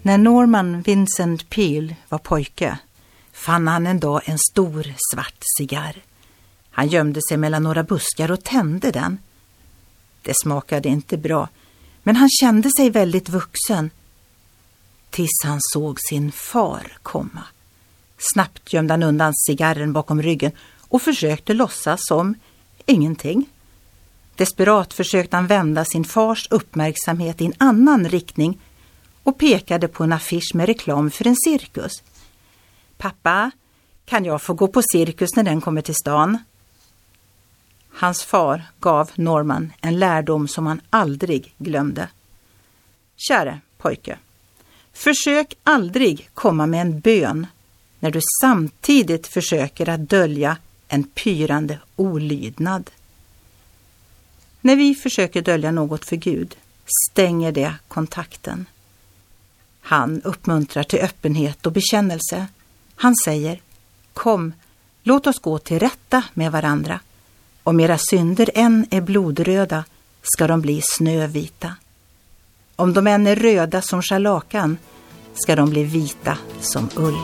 När Norman Vincent Peale var pojke fann han en dag en stor svart cigarr. Han gömde sig mellan några buskar och tände den. Det smakade inte bra, men han kände sig väldigt vuxen. Tills han såg sin far komma. Snabbt gömde han undan cigarren bakom ryggen och försökte låtsas som ingenting. Desperat försökte han vända sin fars uppmärksamhet i en annan riktning och pekade på en affisch med reklam för en cirkus. Pappa, kan jag få gå på cirkus när den kommer till stan? Hans far gav Norman en lärdom som han aldrig glömde. Käre pojke, försök aldrig komma med en bön när du samtidigt försöker att dölja en pyrande olydnad. När vi försöker dölja något för Gud stänger det kontakten. Han uppmuntrar till öppenhet och bekännelse. Han säger, kom, låt oss gå till rätta med varandra. Om era synder än är blodröda ska de bli snövita. Om de än är röda som scharlakan ska de bli vita som ull.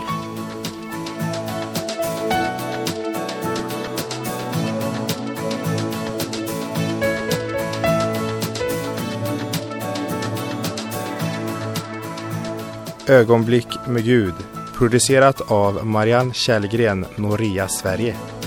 Ögonblick med Gud, producerat av Marianne Källgren, Noria, Sverige.